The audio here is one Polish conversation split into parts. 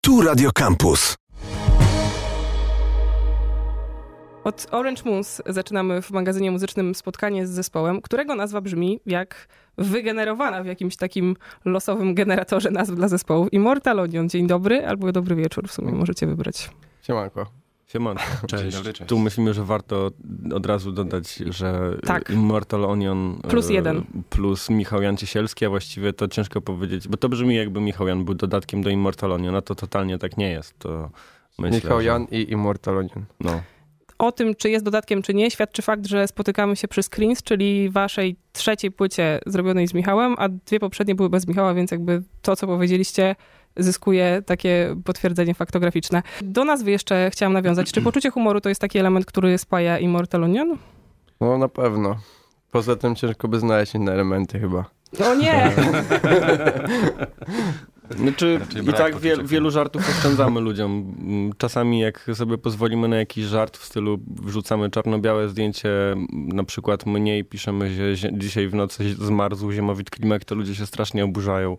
Tu Radio Campus. Od Orange Moons zaczynamy w magazynie muzycznym spotkanie z zespołem, którego nazwa brzmi jak wygenerowana w jakimś takim losowym generatorze nazw dla zespołów. Immortal Onion. Dzień dobry albo dobry wieczór, w sumie możecie wybrać. Siemanko. Cześć. Cześć. Tu myślimy, że warto od razu dodać, że tak. Immortal Onion +1 plus Michał Jan Ciesielski, a właściwie to ciężko powiedzieć, bo to brzmi jakby Michał Jan był dodatkiem do Immortal Onion, a to totalnie tak nie jest. To myślę, Michał Jan i Immortal Onion. No. O tym, czy jest dodatkiem, czy nie, świadczy fakt, że spotykamy się przy Screens, czyli waszej trzeciej płycie zrobionej z Michałem, a dwie poprzednie były bez Michała, więc jakby to, co powiedzieliście, zyskuje takie potwierdzenie faktograficzne. Do nazwy jeszcze chciałam nawiązać. Czy poczucie humoru to jest taki element, który spaja Immortal Onion? No na pewno. Poza tym ciężko by znaleźć inne elementy chyba. O nie! Znaczy, i tak wielu żartów oszczędzamy ludziom. Czasami jak sobie pozwolimy na jakiś żart w stylu wrzucamy czarno-białe zdjęcie, na przykład mnie i piszemy, że dzisiaj w nocy zmarzł Ziemowit Klimek, to ludzie się strasznie oburzają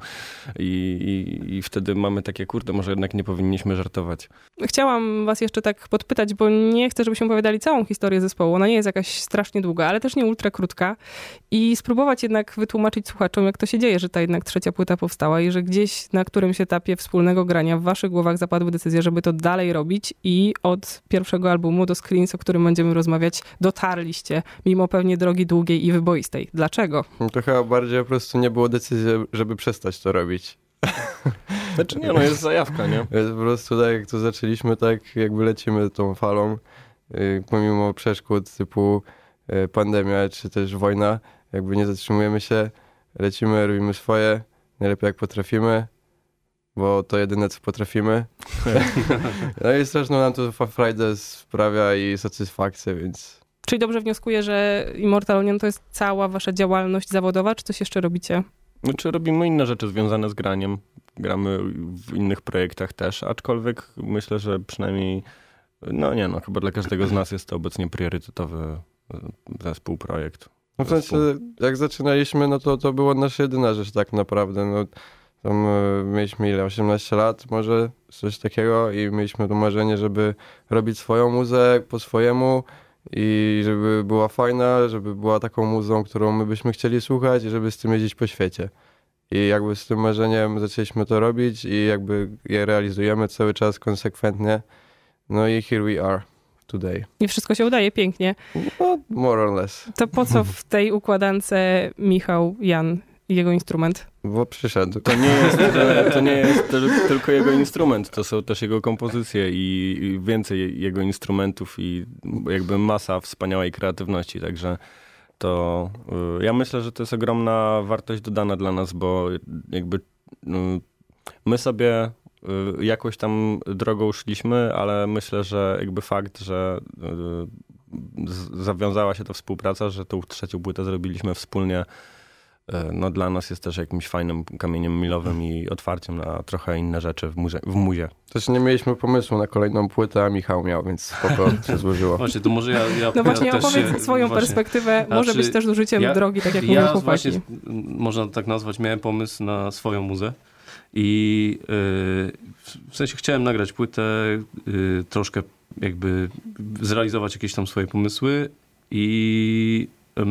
i wtedy mamy takie, kurde, może jednak nie powinniśmy żartować. Chciałam was jeszcze tak podpytać, bo nie chcę, żebyśmy opowiadali całą historię zespołu. Ona nie jest jakaś strasznie długa, ale też nie ultra krótka. I spróbować jednak wytłumaczyć słuchaczom, jak to się dzieje, że ta jednak trzecia płyta powstała i że gdzieś na którymś etapie wspólnego grania w waszych głowach zapadły decyzje, żeby to dalej robić i od pierwszego albumu do Screens, o którym będziemy rozmawiać, dotarliście, mimo pewnie drogi długiej i wyboistej. Dlaczego? No to chyba bardziej po prostu nie było decyzji, żeby przestać to robić. Znaczy nie, no jest zajawka, nie? Jest po prostu tak, jak to zaczęliśmy, tak jakby lecimy tą falą, pomimo przeszkód typu pandemia czy też wojna, jakby nie zatrzymujemy się, lecimy, robimy swoje, najlepiej jak potrafimy, bo to jedyne, co potrafimy. No i straszną nam to frajdę sprawia i satysfakcję, więc... Czyli dobrze wnioskuję, że Immortal Onion to jest cała wasza działalność zawodowa, czy coś jeszcze robicie? Znaczy robimy inne rzeczy związane z graniem. Gramy w innych projektach też, aczkolwiek myślę, że przynajmniej, chyba dla każdego z nas jest to obecnie priorytetowy zespół, projekt. No w sensie, jak zaczynaliśmy, no to była nasza jedyna rzecz tak naprawdę, no. Tam mieliśmy 18 lat, może coś takiego i mieliśmy to marzenie, żeby robić swoją muzę po swojemu i żeby była fajna, żeby była taką muzą, którą my byśmy chcieli słuchać i żeby z tym jeździć po świecie. I jakby z tym marzeniem zaczęliśmy to robić i jakby je realizujemy cały czas konsekwentnie. No i here we are today. I wszystko się udaje pięknie. No, more or less. To po co w tej układance Michał Jan i jego instrument? Bo przyszedł. To nie jest tylko jego instrument, to są też jego kompozycje i więcej jego instrumentów i jakby masa wspaniałej kreatywności, także to ja myślę, że to jest ogromna wartość dodana dla nas, bo jakby my sobie jakoś tam drogą szliśmy, ale myślę, że jakby fakt, że zawiązała się ta współpraca, że tą trzecią płytę zrobiliśmy wspólnie, no dla nas jest też jakimś fajnym kamieniem milowym i otwarciem na trochę inne rzeczy w muzie. Też nie mieliśmy pomysłu na kolejną płytę, a Michał miał, więc spoko się złożyło. Właśnie, to może ja No właśnie, ja opowiedz swoją perspektywę. Może być też użyciem drogi, tak jak mówią chłopaki. Właśnie, można tak nazwać, miałem pomysł na swoją muzę i w sensie chciałem nagrać płytę, troszkę jakby zrealizować jakieś tam swoje pomysły i...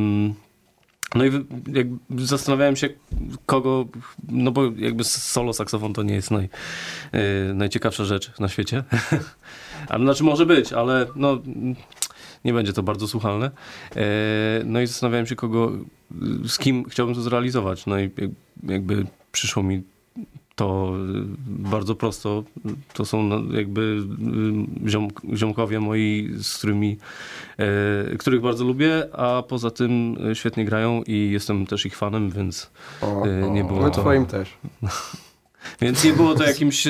No i zastanawiałem się, kogo, no bo jakby solo saksofon to nie jest najciekawsza rzecz na świecie. Znaczy może być, ale no nie będzie to bardzo słuchalne. No i zastanawiałem się, z kim chciałbym to zrealizować. No i jakby przyszło mi to bardzo prosto. To są jakby ziomkowie moi, których bardzo lubię, a poza tym świetnie grają i jestem też ich fanem, więc nie było my to... twoim też. Więc nie było to jakimś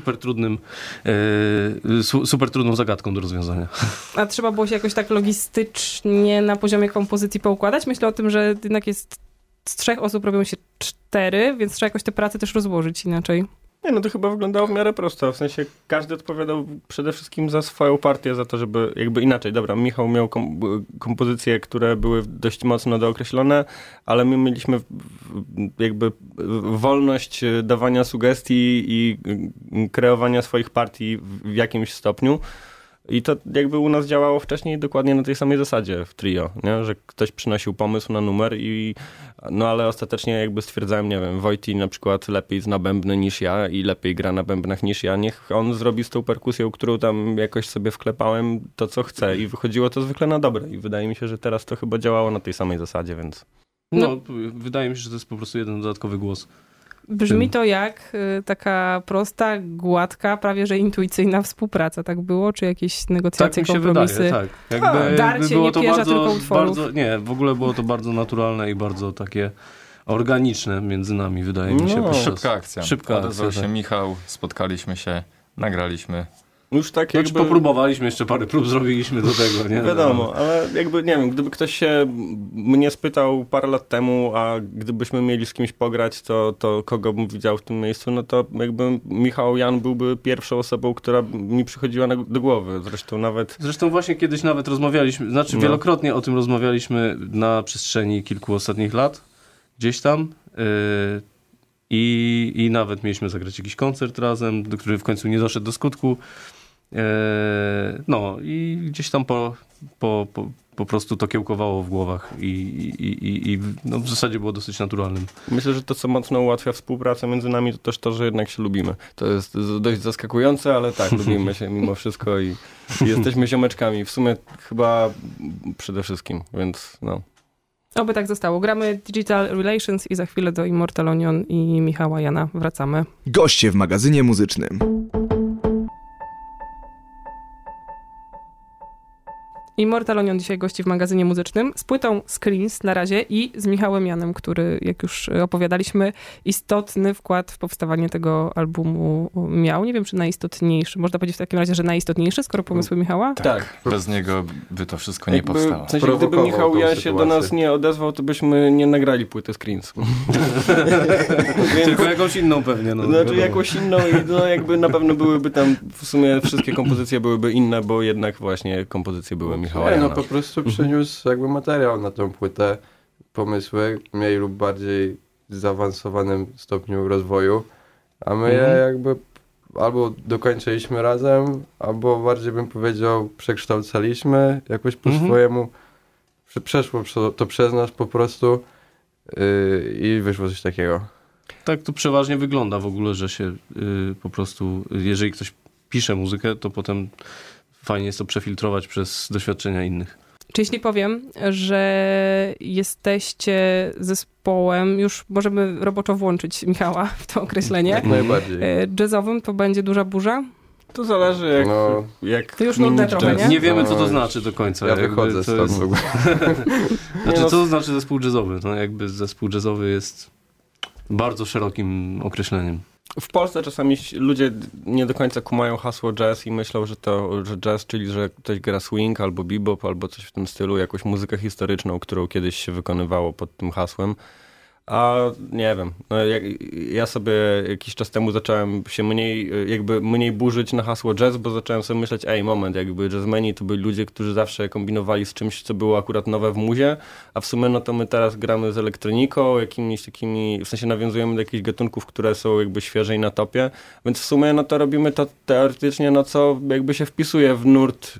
super trudną zagadką do rozwiązania. A trzeba było się jakoś tak logistycznie na poziomie kompozycji poukładać? Myślę o tym, że jednak jest z 3 osób robią się 4, więc trzeba jakoś te prace też rozłożyć inaczej. Nie, no to chyba wyglądało w miarę prosto, w sensie każdy odpowiadał przede wszystkim za swoją partię, za to, żeby jakby inaczej, dobra, Michał miał kompozycje, które były dość mocno dookreślone, ale my mieliśmy jakby wolność dawania sugestii i kreowania swoich partii w jakimś stopniu. I to jakby u nas działało wcześniej dokładnie na tej samej zasadzie w trio, nie? Że ktoś przynosił pomysł na numer no ale ostatecznie jakby stwierdzałem, nie wiem, Wojty na przykład lepiej zna bębny niż ja i lepiej gra na bębnach niż ja, niech on zrobi z tą perkusją, którą tam jakoś sobie wklepałem to, co chce i wychodziło to zwykle na dobre i wydaje mi się, że teraz to chyba działało na tej samej zasadzie, więc... No, wydaje mi się, że to jest po prostu jeden dodatkowy głos. Brzmi to jak taka prosta, gładka, prawie że intuicyjna współpraca. Tak było? Czy jakieś negocjacje, tak mi się kompromisy? Wydaje, tak. Jakby darcie, było nie to pierza, tylko utworów. nie, w ogóle było to bardzo naturalne i bardzo takie organiczne między nami, wydaje mi się. No, szybka akcja. Szybka Odezwał akcja, się tak. Michał, spotkaliśmy się, nagraliśmy. Już tak Znaczy jakby... popróbowaliśmy, jeszcze parę prób zrobiliśmy do tego, nie? Wiadomo, ale jakby, nie wiem, gdyby ktoś się mnie spytał parę lat temu, a gdybyśmy mieli z kimś pograć, to kogo bym widział w tym miejscu, no to jakby Michał Jan byłby pierwszą osobą, która mi przychodziła do głowy. Zresztą właśnie kiedyś nawet rozmawialiśmy, wielokrotnie o tym rozmawialiśmy na przestrzeni kilku ostatnich lat, gdzieś tam. I nawet mieliśmy zagrać jakiś koncert razem, który w końcu nie doszedł do skutku. No i gdzieś tam po prostu to kiełkowało w głowach i no, w zasadzie było dosyć naturalnym. Myślę, że to, co mocno ułatwia współpracę między nami, to też to, że jednak się lubimy. To jest dość zaskakujące, ale tak, lubimy się mimo wszystko i jesteśmy ziomeczkami. W sumie chyba przede wszystkim, więc no. Oby tak zostało. Gramy Digital Relations i za chwilę do Immortal Onion i Michała Jana wracamy. Goście w magazynie muzycznym. Immortal Onion dzisiaj gości w magazynie muzycznym z płytą Screens na razie i z Michałem Janem, który, jak już opowiadaliśmy, istotny wkład w powstawanie tego albumu miał. Nie wiem, czy najistotniejszy. Można powiedzieć w takim razie, że najistotniejszy, skoro pomysły Michała? Tak. Bez niego by to wszystko nie powstało. W sensie, gdyby Michał Jan się do nas nie odezwał, to byśmy nie nagrali płyty Screens. Tylko jakąś inną pewnie. No, znaczy jakąś inną i no, jakby na pewno byłyby tam, w sumie wszystkie kompozycje byłyby inne, bo jednak właśnie kompozycje były Michała Jana. No po prostu przyniósł jakby materiał na tą płytę, pomysły, mniej lub bardziej zaawansowanym stopniu rozwoju, a my je jakby albo dokończyliśmy razem, albo bardziej bym powiedział przekształcaliśmy jakoś po swojemu, przeszło to przez nas po prostu i wyszło coś takiego. Tak to przeważnie wygląda w ogóle, że się po prostu, jeżeli ktoś pisze muzykę, to potem fajnie jest to przefiltrować przez doświadczenia innych. Czy jeśli powiem, że jesteście zespołem, już możemy roboczo włączyć Michała w to określenie. Jak najbardziej. Jazzowym to będzie Duża Burza? To zależy jak to już nudne trochę, nie? Nie wiemy, co to znaczy do końca. Ja wychodzę stąd w ogóle. Znaczy, co to znaczy zespół jazzowy? No jakby zespół jazzowy jest bardzo szerokim określeniem. W Polsce czasami ludzie nie do końca kumają hasło jazz i myślą, że jazz, czyli że ktoś gra swing albo bebop, albo coś w tym stylu, jakąś muzykę historyczną, którą kiedyś się wykonywało pod tym hasłem. A nie wiem, no ja sobie jakiś czas temu zacząłem się mniej burzyć na hasło jazz, bo zacząłem sobie myśleć, moment, jakby jazzmeni to byli ludzie, którzy zawsze kombinowali z czymś, co było akurat nowe w muzie, a w sumie no to my teraz gramy z elektroniką, jakimiś takimi, w sensie nawiązujemy do jakichś gatunków, które są jakby świeżej na topie, więc w sumie no to robimy to teoretycznie, no co jakby się wpisuje w nurt,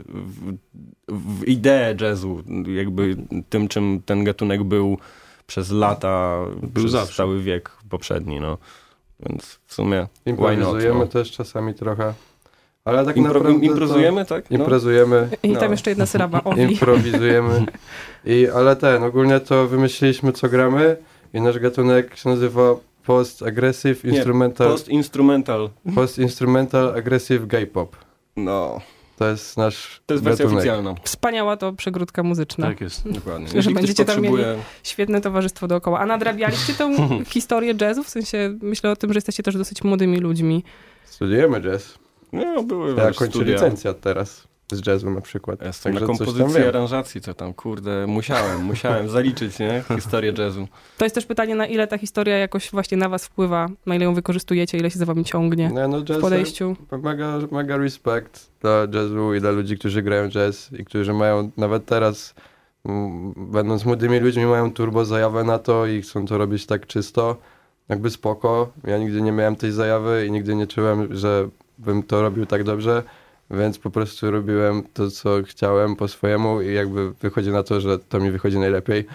w ideę jazzu, jakby tym, czym ten gatunek był przez lata, przez cały wiek poprzedni, no. Więc w sumie improwizujemy też czasami trochę. Ale tak naprawdę improzujemy, tak? No. Imprezujemy. I tam jeszcze jedna sylaba. Improwizujemy. Ale ogólnie to wymyśliliśmy, co gramy i nasz gatunek się nazywa Post-Aggressive Instrumental... Post-Instrumental Aggressive Gay Pop. No... To jest nasz To jest wersja oficjalna. Wspaniała to przegródka muzyczna. Tak jest. Dokładnie. Że będziecie tam mieli świetne towarzystwo dookoła. A nadrabialiście tą historię jazzu? W sensie myślę o tym, że jesteście też dosyć młodymi ludźmi. Studiujemy jazz. No, były ja kończę licencjat teraz. z jazzu na przykład. Ja jestem Także na coś tam kompozycji wiem. aranżacji, co tam, kurde, musiałem zaliczyć, nie? Historię jazzu. To jest też pytanie, na ile ta historia jakoś właśnie na was wpływa, na ile ją wykorzystujecie, ile się za wami ciągnie No, w podejściu. Mega respekt dla jazzu i dla ludzi, którzy grają jazz i którzy mają nawet teraz, będąc młodymi ludźmi, mają turbo zajawę na to i chcą to robić tak czysto. Jakby spoko. Ja nigdy nie miałem tej zajawy i nigdy nie czułem, że bym to robił tak dobrze, więc po prostu robiłem to, co chciałem po swojemu i jakby wychodzi na to, że to mi wychodzi najlepiej.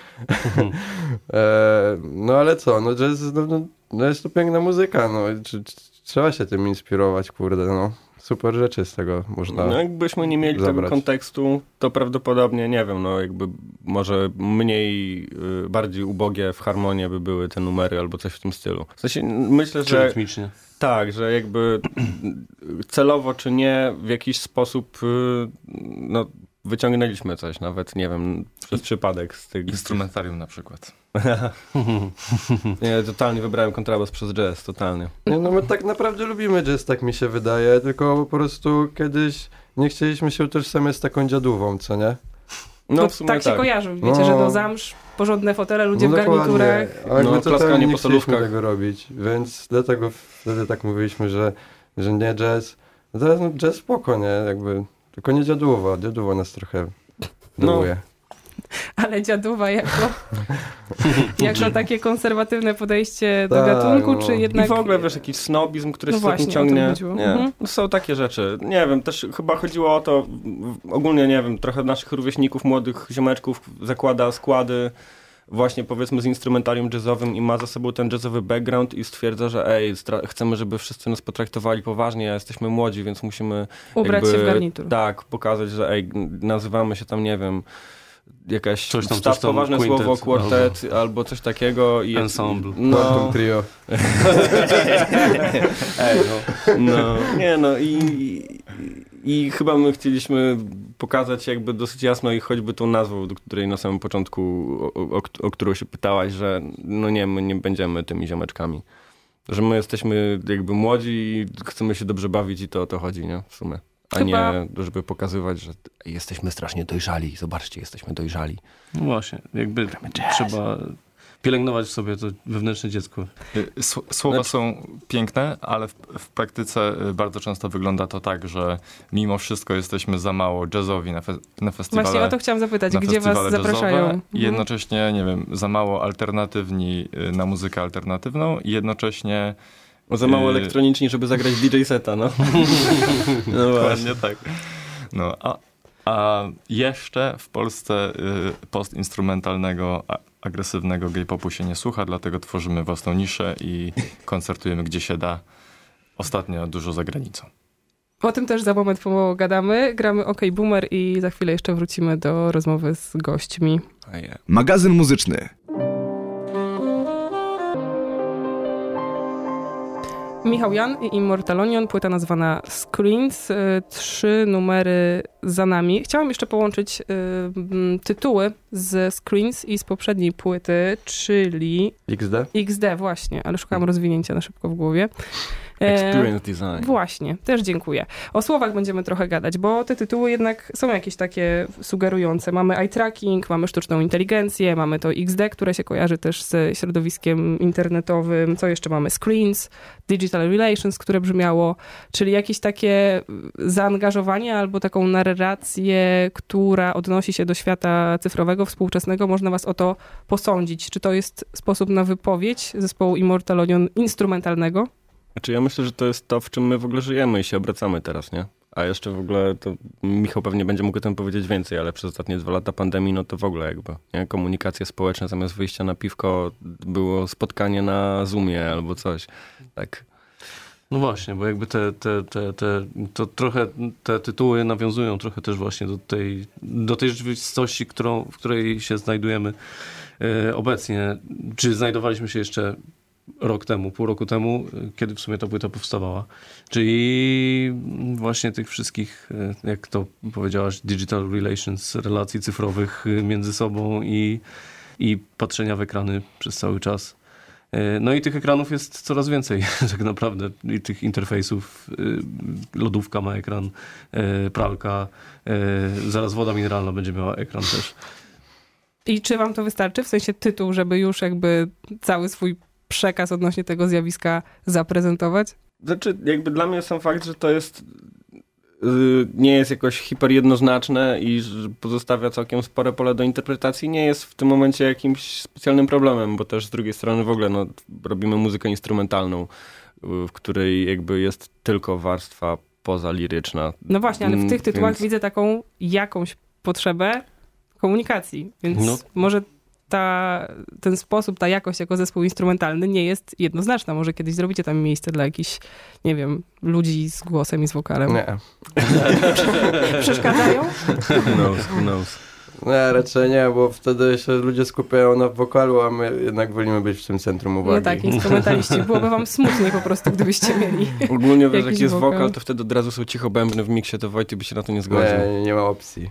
No ale co, no jazz, no jest to piękna muzyka, no. Trzeba się tym inspirować, kurde, no. Super rzeczy z tego można No jakbyśmy nie mieli zabrać. tego kontekstu, to prawdopodobnie, nie wiem, no jakby może mniej, bardziej ubogie w harmonii by były te numery albo coś w tym stylu. W sensie myślę, Czy że rytmicznie. tak, że jakby celowo czy nie w jakiś sposób no, wyciągnęliśmy coś, nawet nie wiem, przez przypadek z tych... Instrumentarium na przykład. Nie, totalnie wybrałem kontrabas przez jazz, totalnie. Nie, no my tak naprawdę lubimy jazz, tak mi się wydaje, tylko po prostu kiedyś nie chcieliśmy się utożsamiać z taką dziadówą, co nie? No w sumie tak się kojarzy, wiecie, No. że do zamsz, porządne fotele, ludzie w dokładnie. garniturach. A jakby No, to klaskanie nie po chcieliśmy solówkach. tego robić, więc dlatego wtedy tak mówiliśmy, że nie jazz. No teraz no, jazz spoko, nie? Jakby, tylko nie dziadówa. Dziadówa nas trochę dołuje. Ale dziaduwa jako takie konserwatywne podejście do Tak, gatunku, no. czy jednak... I w ogóle, wiesz, jakiś snobizm, który No się za tym właśnie, o tym ciągnie. chodziło. Nie, Mhm. są takie rzeczy. Nie wiem, też chyba chodziło o to, ogólnie nie wiem, trochę naszych rówieśników, młodych ziomeczków zakłada składy właśnie powiedzmy z instrumentarium jazzowym i ma za sobą ten jazzowy background i stwierdza, że chcemy, żeby wszyscy nas potraktowali poważnie, a jesteśmy młodzi, więc musimy Ubrać się w garnitur. Tak, pokazać, że nazywamy się tam, nie wiem, jakaś Coś tam, poważne quintet, słowo, kwartet albo coś takiego. I ensemble. Quantum Trio. I chyba my chcieliśmy pokazać jakby dosyć jasno i choćby tą nazwą, do której na samym początku, o którą się pytałaś, że no nie, my nie będziemy tymi ziomeczkami. Że my jesteśmy jakby młodzi i chcemy się dobrze bawić i to o to chodzi, nie? W sumie. A Chyba... nie, żeby pokazywać, że jesteśmy strasznie dojrzali. Zobaczcie, jesteśmy dojrzali. No właśnie, jakby trzeba pielęgnować w sobie to wewnętrzne dziecko. Słowa są piękne, ale w praktyce bardzo często wygląda to tak, że mimo wszystko jesteśmy za mało jazzowi na festiwale. Właśnie o to chciałam zapytać, gdzie was zapraszają? I jednocześnie, nie wiem, za mało alternatywni na muzykę alternatywną i jednocześnie... Za mało elektroniczni, żeby zagrać DJ seta, no. No dokładnie tak. No, a jeszcze w Polsce postinstrumentalnego, agresywnego gay-popu się nie słucha, dlatego tworzymy własną niszę i koncertujemy gdzie się da. Ostatnio dużo za granicą. O tym też za moment pogadamy. Gramy OK Boomer i za chwilę jeszcze wrócimy do rozmowy z gośćmi. Magazyn muzyczny. Michał Jan i Immortalonion, płyta nazwana Screens, 3 numery za nami. Chciałam jeszcze połączyć tytuły z Screens i z poprzedniej płyty, czyli XD właśnie, ale szukałam rozwinięcia na szybko w głowie. Experience Design. Właśnie, też dziękuję. O słowach będziemy trochę gadać, bo te tytuły jednak są jakieś takie sugerujące. Mamy eye tracking, mamy sztuczną inteligencję, mamy to XD, które się kojarzy też z środowiskiem internetowym. Co jeszcze mamy? Screens, Digital Relations, które brzmiało, czyli jakieś takie zaangażowanie albo taką narrację, która odnosi się do świata cyfrowego, współczesnego. Można was o to posądzić. Czy to jest sposób na wypowiedź zespołu Immortalonion instrumentalnego? Znaczy ja myślę, że to jest to, w czym my w ogóle żyjemy i się obracamy teraz, nie? A jeszcze w ogóle to Michał pewnie będzie mógł o tym powiedzieć więcej, ale przez ostatnie 2 lata pandemii, no to w ogóle jakby, nie? Komunikacje społeczne zamiast wyjścia na piwko było spotkanie na Zoomie albo coś, tak. No właśnie, bo jakby to trochę te tytuły nawiązują trochę też właśnie do tej rzeczywistości, w której się znajdujemy obecnie, czy znajdowaliśmy się jeszcze rok temu, pół roku temu, kiedy w sumie ta płyta powstawała. Czyli właśnie tych wszystkich, jak to powiedziałaś, digital relations, relacji cyfrowych między sobą i patrzenia w ekrany przez cały czas. No i tych ekranów jest coraz więcej tak naprawdę. I tych interfejsów. Lodówka ma ekran, pralka, zaraz woda mineralna będzie miała ekran też. I czy wam to wystarczy? W sensie tytuł, żeby już jakby cały swój przekaz odnośnie tego zjawiska zaprezentować? Znaczy, jakby dla mnie sam fakt, że to jest nie jest jakoś hiperjednoznaczne i że pozostawia całkiem spore pole do interpretacji, nie jest w tym momencie jakimś specjalnym problemem, bo też z drugiej strony w ogóle robimy muzykę instrumentalną, w której jakby jest tylko warstwa pozaliryczna. No właśnie, ale w tych tytułach widzę taką jakąś potrzebę komunikacji, więc może ten sposób, ta jakość jako zespół instrumentalny nie jest jednoznaczna. Może kiedyś zrobicie tam miejsce dla jakichś, nie wiem, ludzi z głosem i z wokalem. Nie. Przeszkadzają? Who knows. Nie, raczej nie, bo wtedy się ludzie skupiają na wokalu, a my jednak wolimy być w tym centrum uwagi. No tak, instrumentaliści. Byłoby wam smutniej po prostu, gdybyście mieli ogólnie wiesz, jak jest wokal, to wtedy od razu są cicho bębny w miksie, to Wojty by się na to nie zgodził. Nie ma opcji.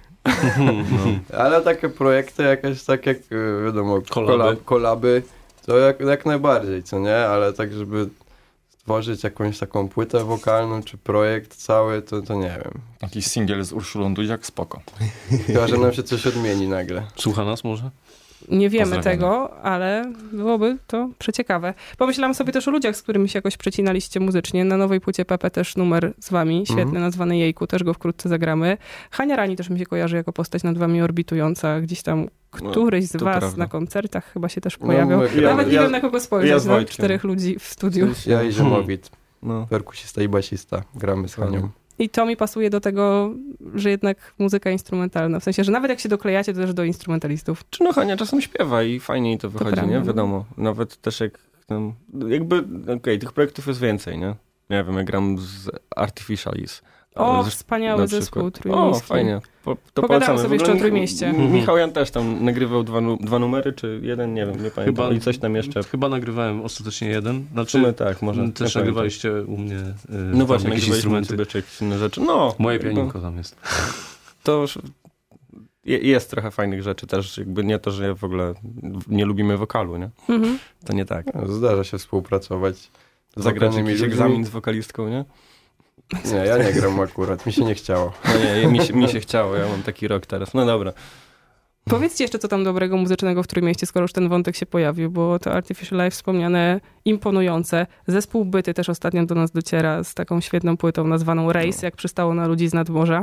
Ale takie projekty jakieś tak jak, wiadomo, kolaby, to jak najbardziej, co nie? Ale tak, żeby stworzyć jakąś taką płytę wokalną, czy projekt cały, to nie wiem. Jakiś singiel z Urszulą Dudziak, spoko. Chyba, że nam się coś odmieni nagle. Słucha nas może? Nie wiemy tego, ale byłoby to przeciekawe. Pomyślałam sobie też o ludziach, z którymi się jakoś przecinaliście muzycznie. Na nowej płycie Pepe też numer z wami, świetny, nazwany Jejku, też go wkrótce zagramy. Hania Rani też mi się kojarzy jako postać nad wami orbitująca. Gdzieś tam któryś z was prawda. Na koncertach chyba się też pojawiał. Nawet nie wiem, na kogo spojrzeć, na 4 ludzi w studiu. Ja i Ziemowit, perkusista i basista, gramy z Hanią. I to mi pasuje do tego, że jednak muzyka instrumentalna. W sensie, że nawet jak się doklejacie, to też do instrumentalistów. Czy Hania czasem śpiewa i fajniej to wychodzi, prawda, nie? Wiadomo. Nawet też jak jakby, tych projektów jest więcej, nie? Nie wiem, ja gram z Artificialis. Wspaniały zespół trójmiejski. Fajnie. To pogadamy sobie jeszcze o Trójmieście. Michał Jan też tam nagrywał 2 numery, czy jeden, nie wiem, nie pamiętam. I coś tam jeszcze. Chyba nagrywałem ostatecznie jeden. Znaczy, tak, może. Też nagrywaliście u mnie no właśnie, nagrywaliśmy sobie czy jakieś inne rzeczy. Moje pianinko tam jest. To już jest trochę fajnych rzeczy też, jakby nie to, że w ogóle nie lubimy wokalu, nie? To nie tak. Zdarza się współpracować. Zagrać jakiś egzamin z wokalistką, nie? Nie, ja nie gram akurat, mi się nie chciało. No nie, mi się chciało, ja mam taki rok teraz. No dobra. Powiedzcie jeszcze, co tam dobrego muzycznego w Trójmieście, skoro już ten wątek się pojawił, bo to Artificial Life wspomniane, imponujące. Zespół Byty też ostatnio do nas dociera z taką świetną płytą nazwaną Race, jak przystało na ludzi z nadmorza.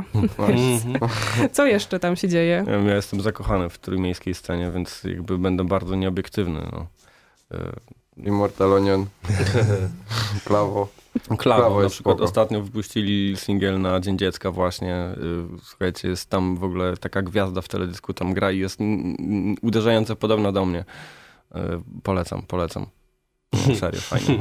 Co jeszcze tam się dzieje? Ja jestem zakochany w trójmiejskiej scenie, więc jakby będę bardzo nieobiektywny. Immortal Onion, Klawo na przykład ostatnio wypuścili singiel na Dzień Dziecka właśnie. Słuchajcie, jest tam w ogóle taka gwiazda w teledysku, tam gra i jest uderzająco podobna do mnie. Polecam. Serio, fajnie.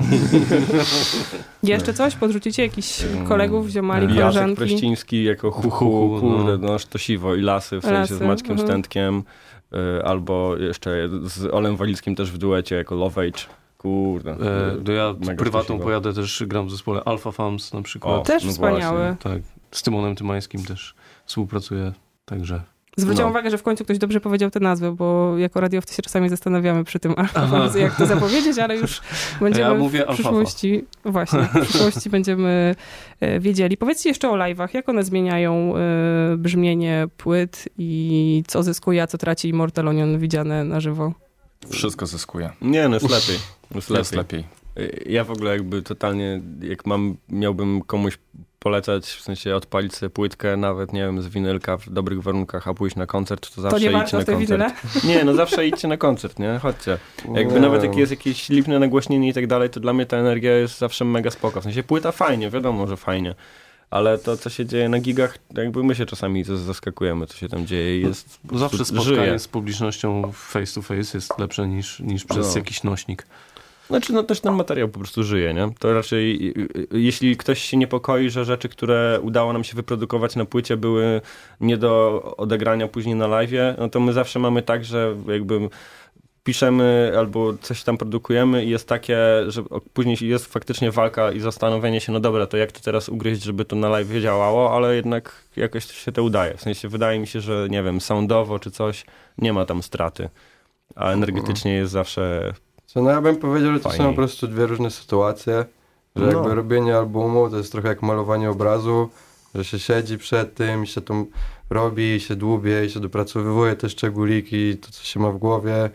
Jeszcze coś? Podrzucicie jakichś kolegów, ziomali, koleżanki? Jacek Preściński jako Huchu, kurde, to siwo i Lasy, w sensie z Maćkiem Stętkiem. Albo jeszcze z Olem Walickim też w duecie jako Love Age. Kurde. Ja prywatną pojadę, też gram w zespole Alpha Fams na przykład. Też wspaniały. Tak, z Tymonem Tymańskim też współpracuję, także... Zwróciłam uwagę, że w końcu ktoś dobrze powiedział tę nazwę, bo jako radiowcy się czasami zastanawiamy przy tym Alpha Fams, jak to zapowiedzieć, ale już będziemy w przyszłości... Właśnie, w przyszłości będziemy wiedzieli. Powiedzcie jeszcze o live'ach. Jak one zmieniają brzmienie płyt i co zyskuje, a co traci Immortal Onion widziane na żywo? Wszystko zyskuje. Nie, no jest lepiej. Jest lepiej. Ja w ogóle jakby totalnie, jak miałbym komuś polecać, w sensie odpalić sobie płytkę, nawet nie wiem, z winylka w dobrych warunkach, a pójść na koncert, to zawsze idźcie na koncert. Winyle? Nie, no zawsze idźcie na koncert, nie? Chodźcie. Jakby nawet jak jest jakieś lipne nagłośnienie i tak dalej, to dla mnie ta energia jest zawsze mega spoko. W sensie płyta fajnie, wiadomo, że fajnie. Ale to, co się dzieje na gigach, jakby my się czasami zaskakujemy, co się tam dzieje i jest... Zawsze spotkanie z publicznością face to face jest lepsze niż przez jakiś nośnik. Znaczy, też ten materiał po prostu żyje, nie? To raczej, jeśli ktoś się niepokoi, że rzeczy, które udało nam się wyprodukować na płycie były nie do odegrania później na live'ie, no to my zawsze mamy tak, że jakby piszemy albo coś tam produkujemy i jest takie, że później jest faktycznie walka i zastanowienie się, no dobra, to jak to teraz ugryźć, żeby to na live działało, ale jednak jakoś się to udaje. W sensie wydaje mi się, że nie wiem, soundowo czy coś, nie ma tam straty, a energetycznie jest zawsze No ja bym powiedział, że to Fajnie. są po prostu dwie różne sytuacje, że jakby robienie albumu to jest trochę jak malowanie obrazu, że się siedzi przed tym i się to robi, i się dłubie, i się dopracowywuje te szczególiki, to co się ma w głowie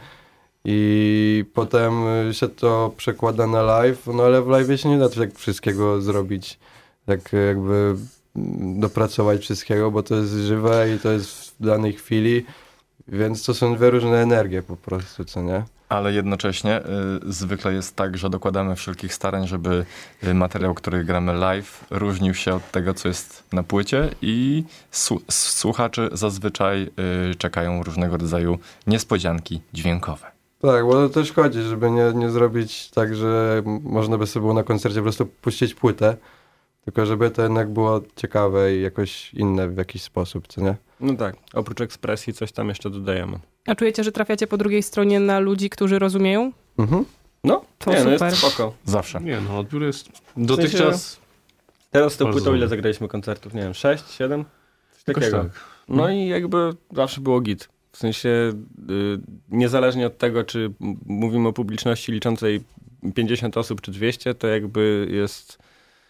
i potem się to przekłada na live, no ale w live się nie da tak wszystkiego zrobić, tak jakby dopracować wszystkiego, bo to jest żywe i to jest w danej chwili, więc to są dwie różne energie po prostu, co nie? Ale jednocześnie zwykle jest tak, że dokładamy wszelkich starań, żeby materiał, który gramy live, różnił się od tego, co jest na płycie i słuchacze zazwyczaj czekają różnego rodzaju niespodzianki dźwiękowe. Tak, bo to też chodzi, żeby nie zrobić tak, że można by sobie było na koncercie po prostu puścić płytę, tylko żeby to jednak było ciekawe i jakoś inne w jakiś sposób, co nie? No tak, oprócz ekspresji coś tam jeszcze dodajemy. A czujecie, że trafiacie po drugiej stronie na ludzi, którzy rozumieją? Mhm. No, To nie, no super. jest spoko. Zawsze. Nie no, odbiór jest dotychczas... Teraz z tą Bardzo płytą ile dobry. zagraliśmy koncertów? Nie wiem, 6, 7? Coś Jakoś takiego. tak. No i jakby zawsze było git. W sensie niezależnie od tego, czy mówimy o publiczności liczącej 50 osób czy 200, to jakby jest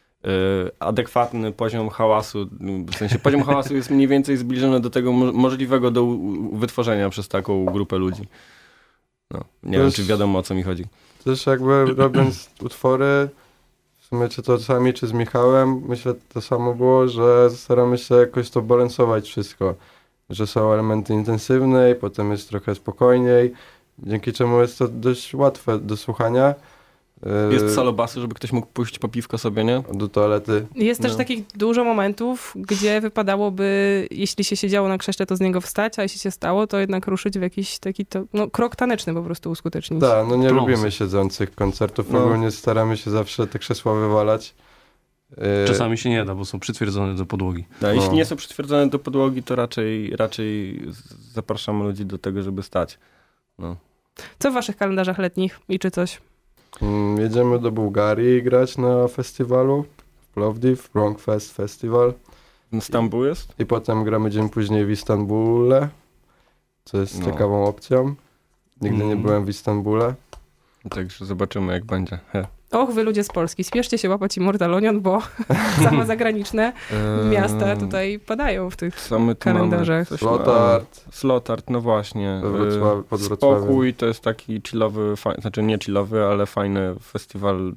adekwatny poziom hałasu. W sensie poziom hałasu jest mniej więcej zbliżony do tego możliwego do wytworzenia przez taką grupę ludzi. No, nie wiem, czy wiadomo, o co mi chodzi. Też jakby robiąc utwory, w sumie czy to sami, czy z Michałem, myślę to samo było, że staramy się jakoś to balansować wszystko. Że są elementy intensywne i potem jest trochę spokojniej, dzięki czemu jest to dość łatwe do słuchania. Jest solo basu, żeby ktoś mógł pójść po piwko sobie, nie? Do toalety. Jest też No. takich dużo momentów, gdzie wypadałoby, jeśli się siedziało na krześle, to z niego wstać, a jeśli się stało, to jednak ruszyć w jakiś taki krok taneczny po prostu uskutecznić. Tak, no nie Pląsy. lubimy siedzących koncertów, No. ogólnie staramy się zawsze te krzesła wywalać. Czasami się nie da, bo są przytwierdzone do podłogi. No, jeśli nie są przytwierdzone do podłogi, to raczej zapraszamy ludzi do tego, żeby stać. No. Co w waszych kalendarzach letnich i czy coś? Jedziemy do Bułgarii grać na festiwalu w Plovdiv, Wrongfest Festival Stambuł jest? i potem gramy dzień później w Istanbule, co jest No. ciekawą opcją. Nigdy nie byłem w Istanbule. Także zobaczymy, jak będzie. Och, wy ludzie z Polski, spieszcie się łapać Immortalonion, bo same zagraniczne miasta tutaj padają w tych Co my tu kalendarzach. mamy? Coś Slotart, Slotart, no właśnie. pod Wrocławiem. Spokój to jest taki chillowy, znaczy nie chillowy, ale fajny festiwal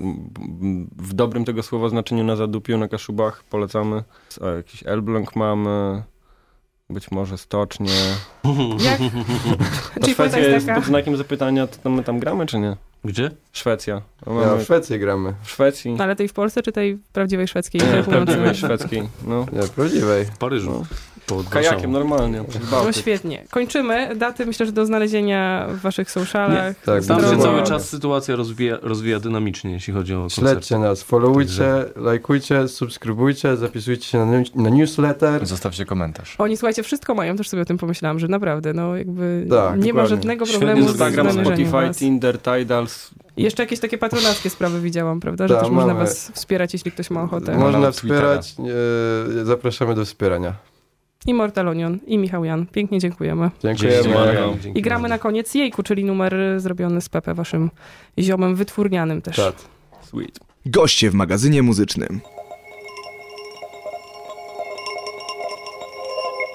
w dobrym tego słowa znaczeniu na Zadupiu, na Kaszubach. Polecamy. Jakiś Elbląg mamy. Być może Stocznie. Jak? To Czyli Szwecja płyta jest jest taka... pod znakiem zapytania, to my tam gramy, czy nie? Gdzie? Szwecja. No, Ja mamy w Szwecji gramy. w Szwecji. No, ale tej w Polsce, czy tej prawdziwej szwedzkiej? Nie, Tej północnej? prawdziwej szwedzkiej. No. Nie, prawdziwej. W Paryżu. No. Pod Kajakiem Warszawą. normalnie. Przez No Bałtyk. świetnie. Kończymy. Daty myślę, że do znalezienia w waszych socialach. Tak, Tam się Zdrowo. cały czas sytuacja rozwija dynamicznie, jeśli chodzi o koncerty. Śledźcie nas, followujcie, lajkujcie, subskrybujcie, zapisujcie się na newsletter. Zostawcie komentarz. Oni, słuchajcie, wszystko mają. Też sobie o tym pomyślałam, że naprawdę, no jakby Tak, nie ma dokładnie. żadnego Świetnie problemu z Instagram, znalezieniem Spotify, was. Tinder, Tidals. I jeszcze jakieś takie patronackie sprawy widziałam, prawda? Że Tak, też można mamy. was wspierać, jeśli ktoś ma ochotę. Mo- Można na Twittera. wspierać, zapraszamy do wspierania. Immortalonion i Michał Jan. Pięknie dziękujemy. Dziękujemy. Dzięki I gramy bardzo. na koniec Jejku, czyli numer zrobiony z Pepe, waszym ziomem wytwórnianym też. Tak. Sweet. Goście w magazynie muzycznym.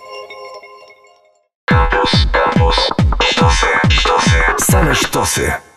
Same sztosy.